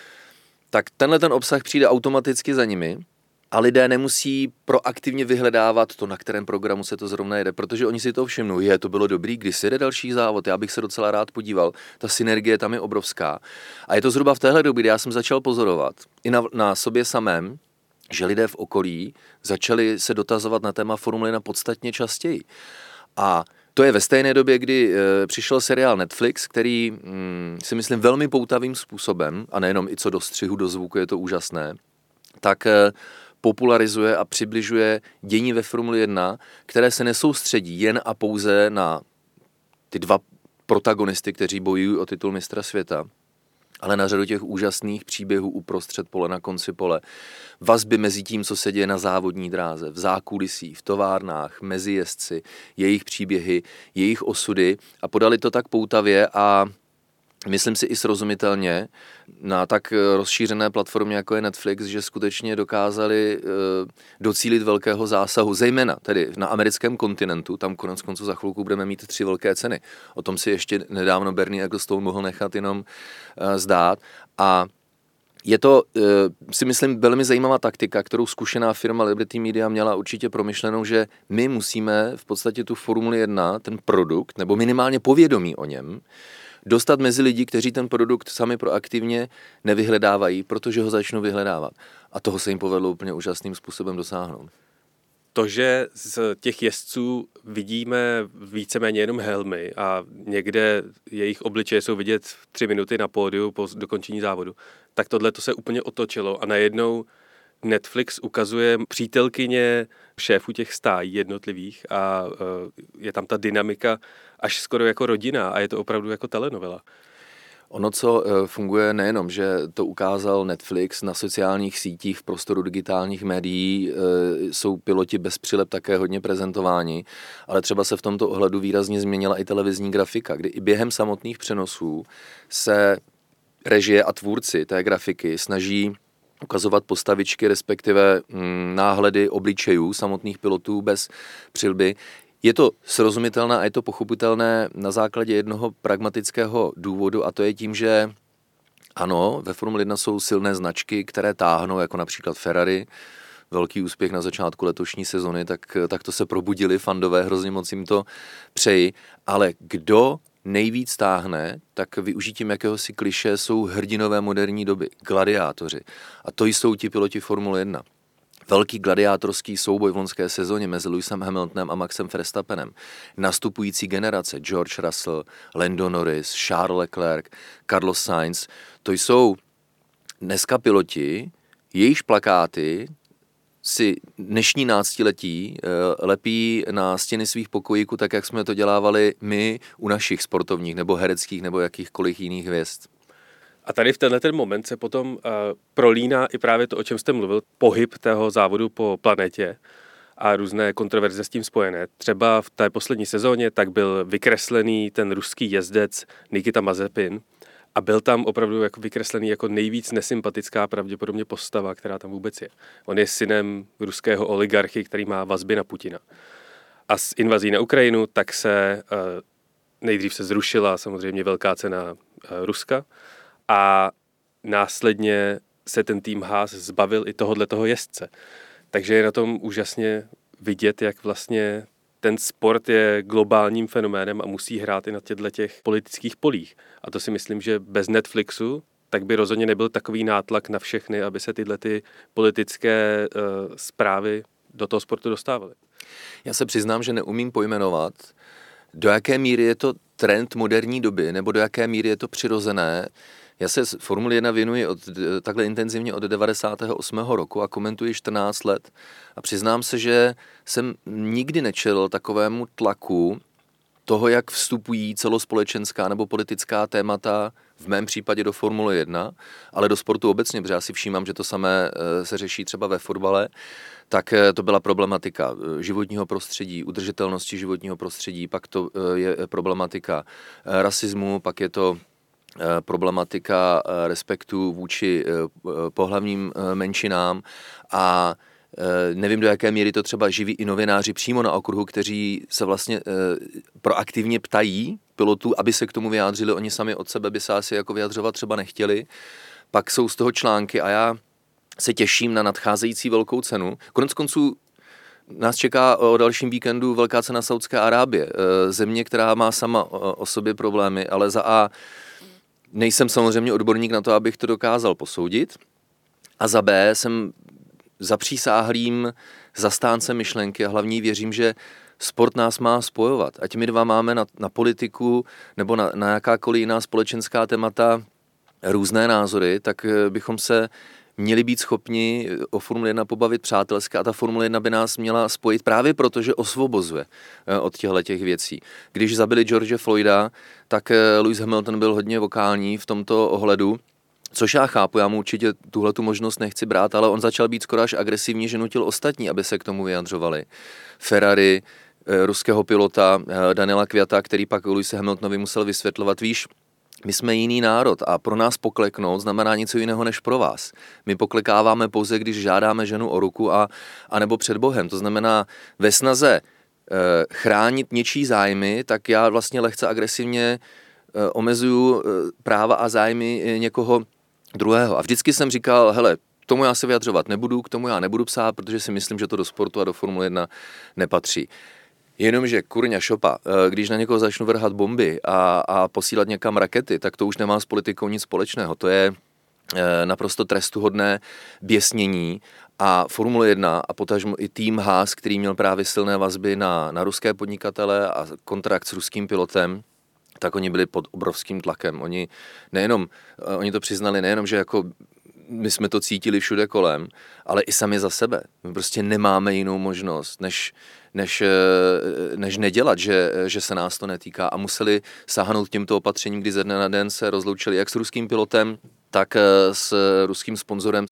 tak tenhle ten obsah přijde automaticky za nimi a lidé nemusí proaktivně vyhledávat to, na kterém programu se to zrovna jede, protože oni si to všimnou, je, to bylo dobrý, když se jede další závod, já bych se docela rád podíval, ta synergie tam je obrovská. A je to zhruba v téhle době, kdy já jsem začal pozorovat i na, na sobě samém, že lidé v okolí začali se dotazovat na téma Formule jedna podstatně častěji. A to je ve stejné době, kdy e, přišel seriál Netflix, který mm, si myslím velmi poutavým způsobem, a nejenom i co do střihu, do zvuku, je to úžasné, tak e, popularizuje a přibližuje dění ve Formuli jedna, které se nesoustředí jen a pouze na ty dva protagonisty, kteří bojují o titul mistra světa, ale na řadu těch úžasných příběhů uprostřed pole, na konci pole. Vazby mezi tím, co se děje na závodní dráze, v zákulisí, v továrnách, mezi jezdci, jejich příběhy, jejich osudy a podali to tak poutavě a myslím si i srozumitelně na tak rozšířené platformě, jako je Netflix, že skutečně dokázali uh, docílit velkého zásahu, zejména tedy na americkém kontinentu, tam konec konců za chvilku budeme mít tři velké ceny. O tom si ještě nedávno Bernie Ecclestone mohl nechat jenom uh, zdát. A je to, uh, si myslím, velmi zajímavá taktika, kterou zkušená firma Liberty Media měla určitě promyšlenou, že my musíme v podstatě tu Formuli jedna, ten produkt, nebo minimálně povědomí o něm, dostat mezi lidi, kteří ten produkt sami proaktivně nevyhledávají, protože ho začnou vyhledávat. A toho se jim povedlo úplně úžasným způsobem dosáhnout. To, že z těch jezdců vidíme víceméně jenom helmy a někde jejich obličeje jsou vidět tři minuty na pódiu po dokončení závodu, tak tohle to se úplně otočilo a najednou Netflix ukazuje přítelkyně šéfů těch stájí jednotlivých a je tam ta dynamika až skoro jako rodina a je to opravdu jako telenovela. Ono, co funguje nejenom, že to ukázal Netflix na sociálních sítích, v prostoru digitálních médií, jsou piloti bez přilep také hodně prezentováni, ale třeba se v tomto ohledu výrazně změnila i televizní grafika, kdy i během samotných přenosů se režie a tvůrci té grafiky snaží ukazovat postavičky, respektive náhledy obličejů samotných pilotů bez přilby. Je to srozumitelné a je to pochopitelné na základě jednoho pragmatického důvodu a to je tím, že ano, ve Formule jedna jsou silné značky, které táhnou, jako například Ferrari, velký úspěch na začátku letošní sezony, tak, tak to se probudili fandové, hrozně moc jim to přeji, ale kdo nejvíc táhne, tak využitím jakéhosi kliše jsou hrdinové moderní doby, gladiátoři. A to jsou ti piloti Formule jedna. Velký gladiátorský souboj v loňské sezóně mezi Lewisem Hamiltonem a Maxem Verstappenem. Nastupující generace George Russell, Lando Norris, Charles Leclerc, Carlos Sainz. To jsou dneska piloti, jejichž plakáty si dnešní náctiletí lepí na stěny svých pokojíků, tak jak jsme to dělávali my u našich sportovních nebo hereckých nebo jakýchkoliv jiných hvězd. A tady v tenhle ten moment se potom uh, prolíná i právě to, o čem jste mluvil, pohyb tého závodu po planetě a různé kontroverze s tím spojené. Třeba v té poslední sezóně tak byl vykreslený ten ruský jezdec Nikita Mazepin a byl tam opravdu jako vykreslený jako nejvíc nesympatická pravděpodobně postava, která tam vůbec je. On je synem ruského oligarchy, který má vazby na Putina. A s invazí na Ukrajinu tak se uh, nejdřív se zrušila samozřejmě velká cena uh, Ruska, a následně se ten tým Haas zbavil i tohohletoho jezdce. Takže je na tom úžasně vidět, jak vlastně ten sport je globálním fenoménem a musí hrát i na těchto těch politických polích. A to si myslím, že bez Netflixu tak by rozhodně nebyl takový nátlak na všechny, aby se tyhle ty politické uh, zprávy do toho sportu dostávaly. Já se přiznám, že neumím pojmenovat, do jaké míry je to trend moderní doby, nebo do jaké míry je to přirozené. Já se Formuli jedna věnuji od, takhle intenzivně od devadesátého osmého roku a komentuji čtrnáct let. A přiznám se, že jsem nikdy nečelil takovému tlaku toho, jak vstupují celospolečenská nebo politická témata, v mém případě do Formule jedna, ale do sportu obecně, protože já si všímám, že to samé se řeší třeba ve fotbale, tak to byla problematika životního prostředí, udržitelnosti životního prostředí, pak to je problematika rasismu, pak je to problematika respektu vůči pohlavním menšinám a nevím, do jaké míry to třeba živí i novináři přímo na okruhu, kteří se vlastně proaktivně ptají pilotů, aby se k tomu vyjádřili. Oni sami od sebe by se asi jako vyjadřovat třeba nechtěli. Pak jsou z toho články a já se těším na nadcházející velkou cenu. Konec konců nás čeká o dalším víkendu velká cena Saúdské Arábie. Země, která má sama o sobě problémy, ale za A nejsem samozřejmě odborník na to, abych to dokázal posoudit. A za B jsem zapřísáhlým zastáncem myšlenky a hlavně věřím, že sport nás má spojovat. Ať my dva máme na, na politiku nebo na, na jakákoliv jiná společenská témata různé názory, tak bychom se měli být schopni o Formule jedna pobavit přátelsky a ta Formule jedna by nás měla spojit právě proto, že osvobozuje od těchto těch věcí. Když zabili George Floyda, tak Lewis Hamilton byl hodně vokální v tomto ohledu, což já chápu, já mu určitě tuhletu možnost nechci brát, ale on začal být skoro až agresivní, že nutil ostatní, aby se k tomu vyjadřovali. Ferrari, ruského pilota Daniela Kvyata, který pak Lewisi Hamiltonovi musel vysvětlovat, víš, my jsme jiný národ a pro nás pokleknout znamená něco jiného než pro vás. My poklekáváme pouze, když žádáme ženu o ruku a, a nebo před Bohem. To znamená ve snaze e, chránit něčí zájmy, tak já vlastně lehce agresivně e, omezuju e, práva a zájmy někoho druhého. A vždycky jsem říkal, hele, k tomu já se vyjadřovat nebudu, k tomu já nebudu psát, protože si myslím, že to do sportu a do Formule jedna nepatří. Jenomže kurňa šopa, když na někoho začnu vrhat bomby a, a posílat někam rakety, tak to už nemá s politikou nic společného. To je naprosto trestuhodné běsnění a Formule jedna a potažmo i tým Haas, který měl právě silné vazby na, na ruské podnikatele a kontrakt s ruským pilotem, tak oni byli pod obrovským tlakem. Oni nejenom, oni to přiznali nejenom, že jako my jsme to cítili všude kolem, ale i sami za sebe. My prostě nemáme jinou možnost, než, než, než nedělat, že, že se nás to netýká a museli sáhnout tímto opatřením, kdy ze dne na den se rozloučili jak s ruským pilotem, tak s ruským sponzorem.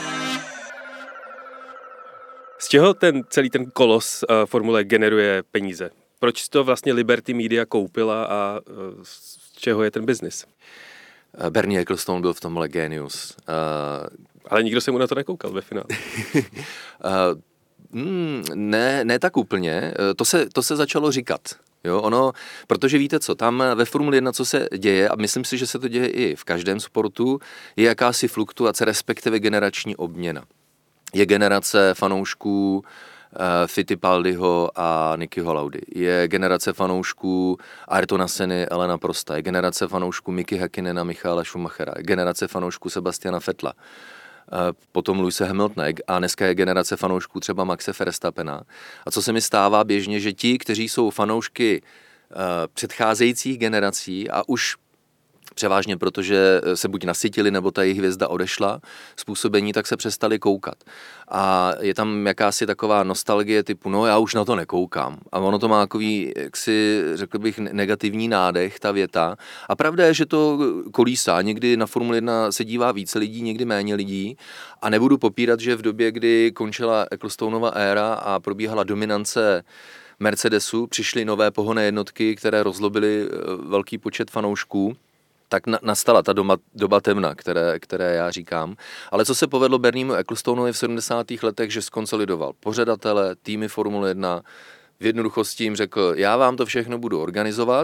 Z čeho ten celý ten kolos uh, formule generuje peníze? Proč to vlastně Liberty Media koupila a uh, z čeho je ten biznis? Bernie Ecclestone byl v tomhle genius. Uh, Ale nikdo se mu na to nekoukal ve finále. uh, mm, ne, ne tak úplně. To se, to se začalo říkat. Jo, ono, protože víte co, tam ve Formule jedna, co se děje, a myslím si, že se to děje i v každém sportu, je jakási fluktuace, respektive generační obměna. je generace fanoušků Fittipaldiho a Nickyho Laudy. Je generace fanoušků Ayrtona Senny, Elena Prosta. Je generace fanoušků Micky Häkkinena, Michaela Schumachera. Je generace fanoušků Sebastiana Vettela. Potom Lewise Hamiltona. A dneska je generace fanoušků třeba Maxe Verstappena. A co se mi stává běžně, že ti, kteří jsou fanoušky předcházejících generací a už převážně protože se buď nasytili, nebo ta jejich hvězda odešla způsobení, tak se přestali koukat. A je tam jakási taková nostalgie typu, no já už na to nekoukám. A ono to má takový, jaksi řekl bych, negativní nádech, ta věta. A pravda je, že to kolísá. Někdy na Formuli jedna se dívá více lidí, někdy méně lidí. A nebudu popírat, že v době, kdy končila Ecclestoneova éra a probíhala dominance Mercedesu, přišly nové pohonné jednotky, které rozlobily velký počet fanoušků. Tak na, nastala ta doba, doba temna, které, které já říkám. Ale co se povedlo Berniemu Ecclestoneovi v sedmdesátých letech, že zkonsolidoval pořadatele, týmy Formule jedna, v jednoduchosti jim řekl, já vám to všechno budu organizovat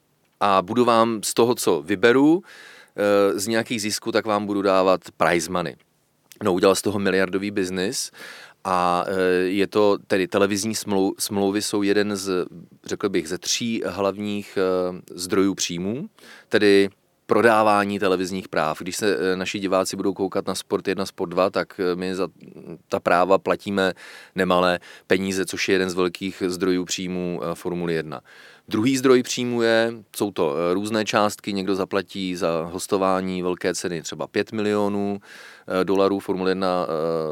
a budu vám z toho, co vyberu, z nějakých zisků, tak vám budu dávat prize money. No, udělal z toho miliardový biznis a je to, tedy televizní smlou, smlouvy jsou jeden z, řekl bych, ze tří hlavních zdrojů příjmů, tedy prodávání televizních práv. Když se naši diváci budou koukat na Sport jedna, Sport dva, tak my za ta práva platíme nemalé peníze, což je jeden z velkých zdrojů příjmů Formuly jedna. Druhý zdroj příjmu je, jsou to různé částky, někdo zaplatí za hostování velké ceny třeba pět milionů dolarů, Formule jedna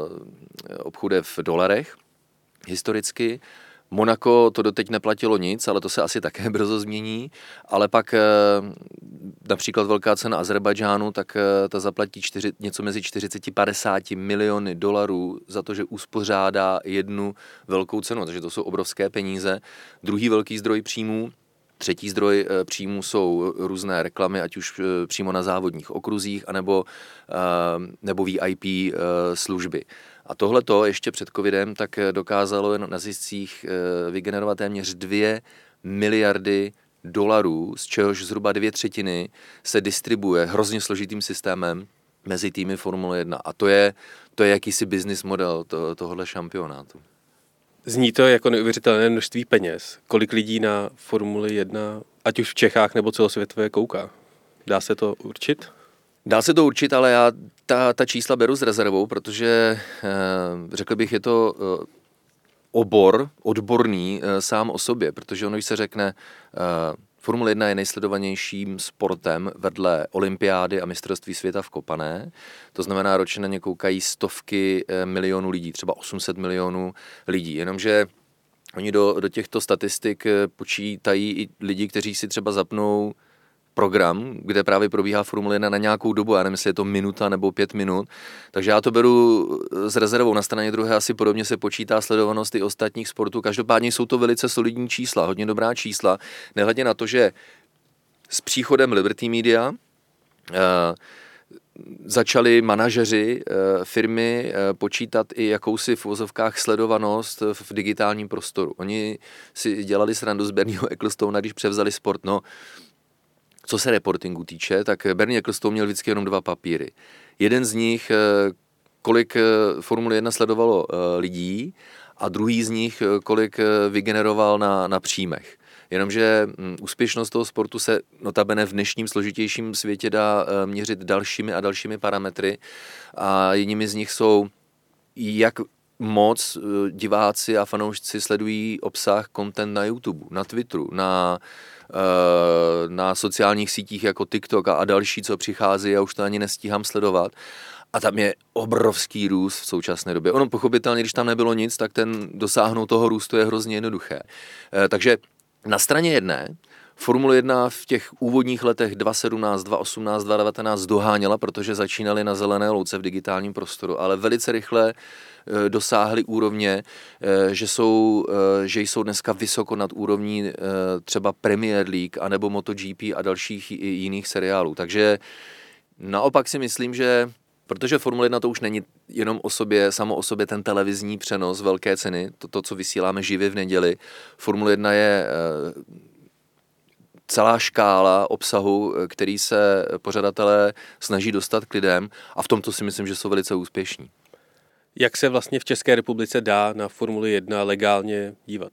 obchode v dolarech historicky. Monaco to doteď neplatilo nic, ale to se asi také brzo změní, ale pak například velká cena Azerbajdžánu, tak ta zaplatí čtyři, něco mezi čtyřicet až padesát miliony dolarů za to, že uspořádá jednu velkou cenu, takže to jsou obrovské peníze. Druhý velký zdroj příjmů, třetí zdroj příjmů jsou různé reklamy, ať už přímo na závodních okruzích, anebo, nebo V I P služby. A tohleto ještě před covidem tak dokázalo jen na ziscích vygenerovat téměř dvě miliardy dolarů, z čehož zhruba dvě třetiny se distribuje hrozně složitým systémem mezi týmy Formule jedna. A to je, to je jakýsi business model to, tohohle šampionátu. Zní to jako neuvěřitelné množství peněz. Kolik lidí na Formuli jedna, ať už v Čechách nebo celosvětově, kouká? Dá se to určit? Dá se to určit, ale já ta, ta čísla beru s rezervou, protože řekl bych, je to obor, odborný sám o sobě, protože ono, když se řekne, Formule jedna je nejsledovanějším sportem vedle olympiády a mistrovství světa v kopané, to znamená, ročně na ně koukají stovky milionů lidí, třeba osm set milionů lidí, jenomže oni do, do těchto statistik počítají i lidi, kteří si třeba zapnou program, kde právě probíhá Formule jedna na nějakou dobu, já nevím, jestli je to minuta nebo pět minut, takže já to beru s rezervou. Na straně druhé asi podobně se počítá sledovanost i ostatních sportů. Každopádně jsou to velice solidní čísla, hodně dobrá čísla, nehledě na to, že s příchodem Liberty Media eh, začali manažeři eh, firmy eh, počítat i jakousi v uvozovkách sledovanost v digitálním prostoru. Oni si dělali srandu z Bernieho Ecclestona, když převzali sport, no. Co se reportingu týče, tak Bernie Ecclestone měl vždycky jenom dva papíry. Jeden z nich, kolik Formule jedna sledovalo lidí, a druhý z nich, kolik vygeneroval na, na příjmech. Jenomže úspěšnost toho sportu se notabene v dnešním složitějším světě dá měřit dalšími a dalšími parametry a jedními z nich jsou, jak moc diváci a fanoušci sledují obsah, content na YouTube, na Twitteru, na na sociálních sítích jako TikTok a další, co přichází, já už to ani nestíhám sledovat. A tam je obrovský růst v současné době. Ono pochopitelně, když tam nebylo nic, tak ten dosáhnout toho růstu je hrozně jednoduché. Takže na straně jedné Formule jedna v těch úvodních letech dva sedmnáct, dva osmnáct, dva devatenáct doháněla, protože začínali na zelené louce v digitálním prostoru, ale velice rychle dosáhli úrovně, že jsou, že jsou dneska vysoko nad úrovní třeba Premier League anebo MotoGP a dalších jiných seriálů. Takže naopak si myslím, že protože Formule jedna to už není jenom o sobě, samo o sobě ten televizní přenos velké ceny, to, to co vysíláme živě v neděli. Formule jedna je celá škála obsahu, který se pořadatelé snaží dostat k lidem a v tomto si myslím, že jsou velice úspěšní. Jak se vlastně v České republice dá na Formuli jedna legálně dívat?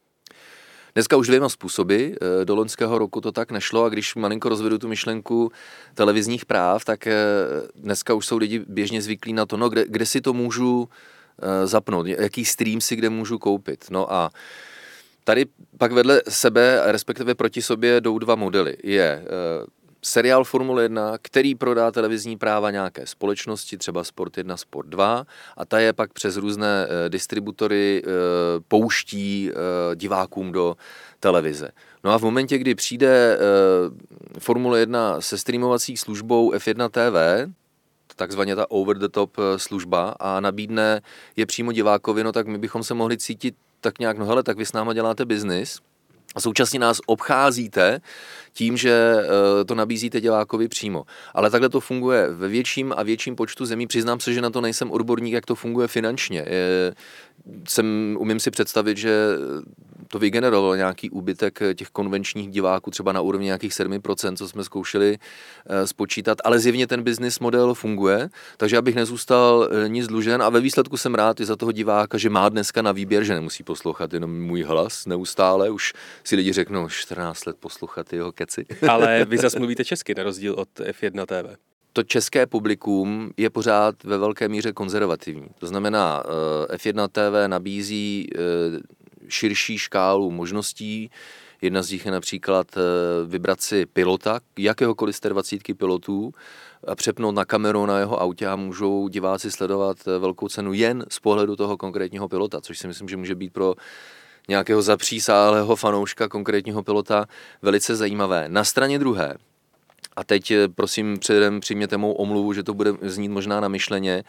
Dneska už dvěma způsoby. Do loňského roku to tak nešlo a když malinko rozvedu tu myšlenku televizních práv, tak dneska už jsou lidi běžně zvyklí na to, no kde, kde si to můžu zapnout, jaký stream si kde můžu koupit. No a tady pak vedle sebe, respektive proti sobě, jdou dva modely. Je seriál Formule jedna, který prodá televizní práva nějaké společnosti, třeba Sport jedna, Sport dva, a ta je pak přes různé distributory pouští divákům do televize. No a v momentě, kdy přijde Formule jedna se streamovací službou F jedna T V, takzvaně ta over-the-top služba, a nabídne je přímo divákovi, no tak my bychom se mohli cítit tak nějak, no hele, tak vy s náma děláte biznis, a současně nás obcházíte tím, že to nabízíte divákovi přímo. Ale takhle to funguje ve větším a větším počtu zemí. Přiznám se, že na to nejsem odborník, jak to funguje finančně. Je, jsem, umím si představit, že to vygenerovalo nějaký úbytek těch konvenčních diváků třeba na úrovni nějakých sedm procent, co jsme zkoušeli spočítat, ale zjevně ten business model funguje, takže abych nezůstal nic dlužen a ve výsledku jsem rád i za toho diváka, že má dneska na výběr, že nemusí poslouchat jenom můj hlas neustále, už si lidi řeknou čtrnáct let poslouchat jeho keci. Ale vy zase mluvíte česky na rozdíl od F jedna T V. To české publikum je pořád ve velké míře konzervativní. To znamená, F jedna T V nabízí širší škálu možností. Jedna z nich je například vybrat si pilota, jakéhokoliv z té dvacítky pilotů, a přepnout na kameru na jeho autě a můžou diváci sledovat velkou cenu jen z pohledu toho konkrétního pilota, což si myslím, že může být pro nějakého zapřísálého fanouška konkrétního pilota velice zajímavé. Na straně druhé, a teď prosím předem přijměte mou omluvu, že to bude znít možná namyšleně,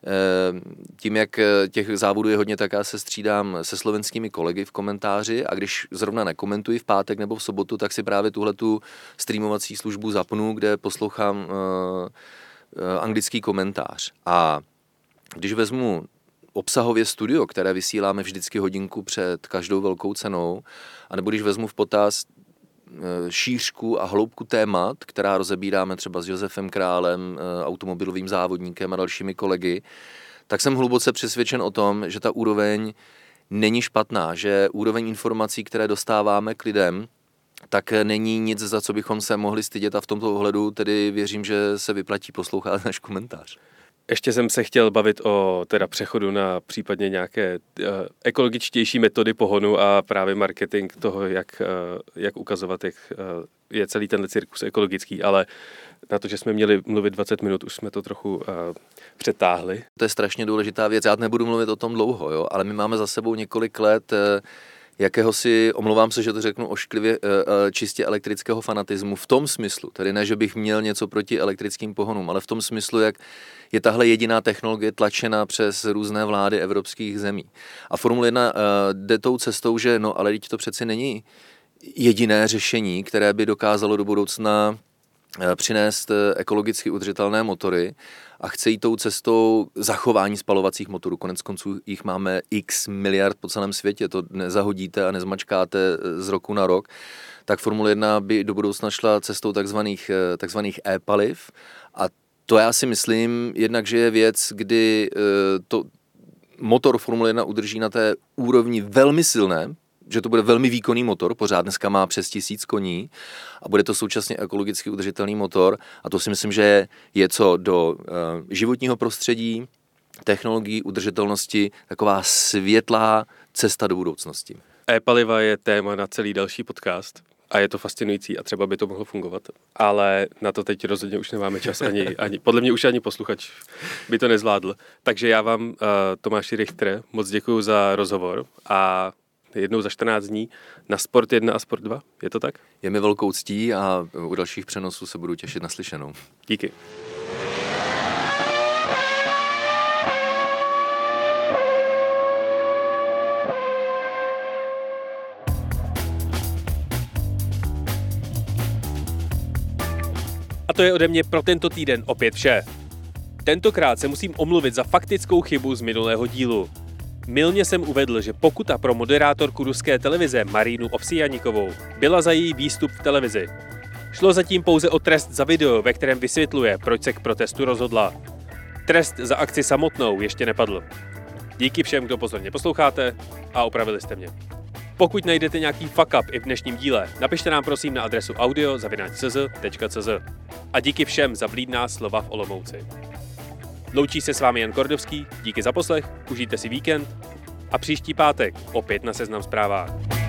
tím, jak těch závodů je hodně, tak já se střídám se slovenskými kolegy v komentáři a když zrovna nekomentuji v pátek nebo v sobotu, tak si právě tuhletu streamovací službu zapnu, kde poslouchám anglický komentář. A když vezmu obsahově studio, které vysíláme vždycky hodinku před každou velkou cenou, anebo když vezmu v potaz šířku a hloubku témat, která rozebíráme třeba s Josefem Králem, automobilovým závodníkem a dalšími kolegy, tak jsem hluboce přesvědčen o tom, že ta úroveň není špatná, že úroveň informací, které dostáváme k lidem, tak není nic, za co bychom se mohli stydět a v tomto ohledu tedy věřím, že se vyplatí poslouchat náš komentář. Ještě jsem se chtěl bavit o teda přechodu na případně nějaké uh, ekologičtější metody pohonu a právě marketing toho, jak, uh, jak ukazovat, jak uh, je celý tenhle cirkus ekologický, ale na to, že jsme měli mluvit dvacet minut, už jsme to trochu uh, přetáhli. To je strašně důležitá věc, já nebudu mluvit o tom dlouho, jo? Ale my máme za sebou několik let uh, jakéhosi, omlouvám se, že to řeknu ošklivě, čistě elektrického fanatismu v tom smyslu, tedy ne, že bych měl něco proti elektrickým pohonům, ale v tom smyslu, jak je tahle jediná technologie tlačena přes různé vlády evropských zemí. A Formule jedna jde tou cestou, že no, ale teď to přeci není jediné řešení, které by dokázalo do budoucna přinést ekologicky udržitelné motory a chce jít tou cestou zachování spalovacích motorů. Konec konců jich máme x miliard po celém světě, to nezahodíte a nezmačkáte z roku na rok. Tak Formule jedna by do budoucna šla cestou takzvaných, takzvaných e-paliv a to já si myslím jednak, že je věc, kdy to motor Formule jedna udrží na té úrovni velmi silné, že to bude velmi výkonný motor, pořád dneska má přes tisíc koní a bude to současně ekologicky udržitelný motor a to si myslím, že je co do uh, životního prostředí, technologií, udržitelnosti, taková světlá cesta do budoucnosti. E-paliva je téma na celý další podcast a je to fascinující a třeba by to mohlo fungovat, ale na to teď rozhodně už nemáme čas ani, ani podle mě už ani posluchač by to nezvládl. Takže já vám, uh, Tomáši Richter, moc děkuju za rozhovor a jednou za čtrnáct dní na Sport jedna a Sport dva. Je to tak? Je mi velkou ctí a u dalších přenosů se budu těšit na slyšenou. Díky. A to je ode mě pro tento týden opět vše. Tentokrát se musím omluvit za faktickou chybu z minulého dílu. Mylně jsem uvedl, že pokuta pro moderátorku ruské televize Marinu Ovsijanikovou byla za její výstup v televizi. Šlo zatím pouze o trest za video, ve kterém vysvětluje, proč se k protestu rozhodla. Trest za akci samotnou ještě nepadl. Díky všem, kdo pozorně posloucháte a opravili jste mě. Pokud najdete nějaký fuck up i v dnešním díle, napište nám prosím na adresu audio zavináč c z tečka c z. A díky všem za vlídná slova v Olomouci. Loučí se s vámi Jan Kordovský, díky za poslech, užijte si víkend a příští pátek opět na Seznam Zprávách.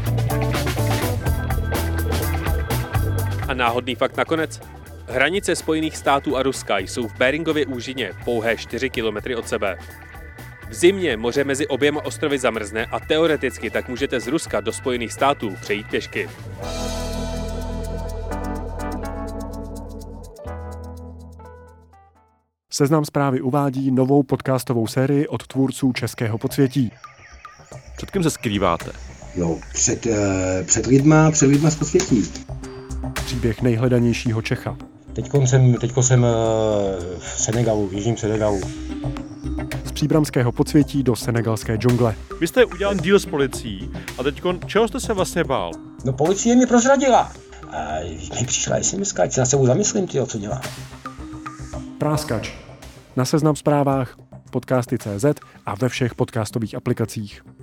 A náhodný fakt nakonec. Hranice Spojených států a Ruska jsou v Beringově úžině pouhé čtyři kilometry od sebe. V zimě moře mezi oběma ostrovy zamrzne a teoreticky tak můžete z Ruska do Spojených států přejít pěšky. Seznam Zprávy uvádí novou podcastovou sérii od tvůrců Českého podsvětí. Před kým se skrýváte? No, před, uh, před lidma, před lidma z podsvětí. Příběh nejhledanějšího Čecha. Teďko jsem, teďko jsem uh, v Senegalu, v jižním Senegalu. Z příbramského podsvětí do senegalské džungle. Vy jste udělal deal s policií a teďko, čeho jste se vlastně bál? No, policie mě prozradila. A mi přišla es em eska, ať se na sebou zamyslím, tyjo, co dělám. Práskač. Na Seznam Zprávách, podcasty tečka cé zet a ve všech podcastových aplikacích.